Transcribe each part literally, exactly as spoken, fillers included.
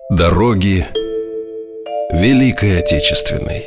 Дороги Великой Отечественной.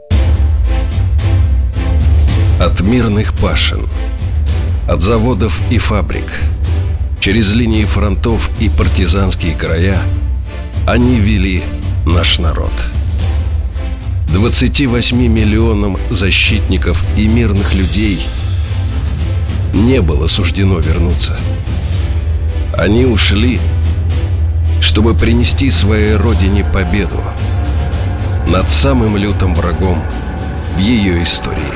От мирных пашен, от заводов и фабрик, через линии фронтов и партизанские края они вели наш народ. двадцати восьми миллионам защитников и мирных людей не было суждено вернуться. Они ушли, чтобы принести своей родине победу над самым лютым врагом в ее истории.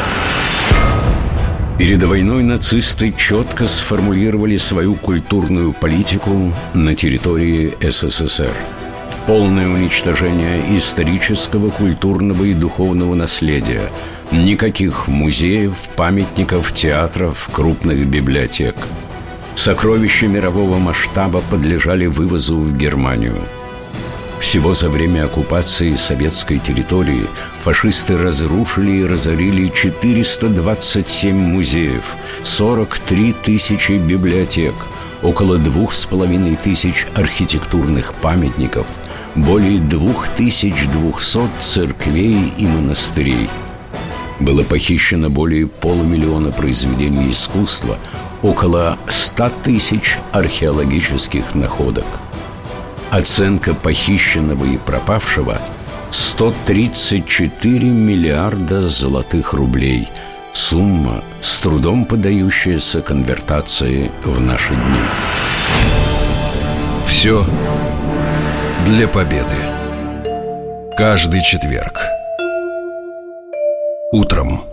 Перед войной нацисты четко сформулировали свою культурную политику на территории СССР. Полное уничтожение исторического, культурного и духовного наследия. Никаких музеев, памятников, театров, крупных библиотек. Сокровища мирового масштаба подлежали вывозу в Германию. Всего за время оккупации советской территории фашисты разрушили и разорили четыреста двадцать семь музеев, сорок три тысячи библиотек, около двух с половиной тысяч архитектурных памятников, более двух тысяч двухсот церквей и монастырей. Было похищено более полумиллиона произведений искусства, около ста тысяч археологических находок. Оценка похищенного и пропавшего – сто тридцать четыре миллиарда золотых рублей. Сумма, с трудом поддающаяся конвертации в наши дни. Все для победы. Каждый четверг утром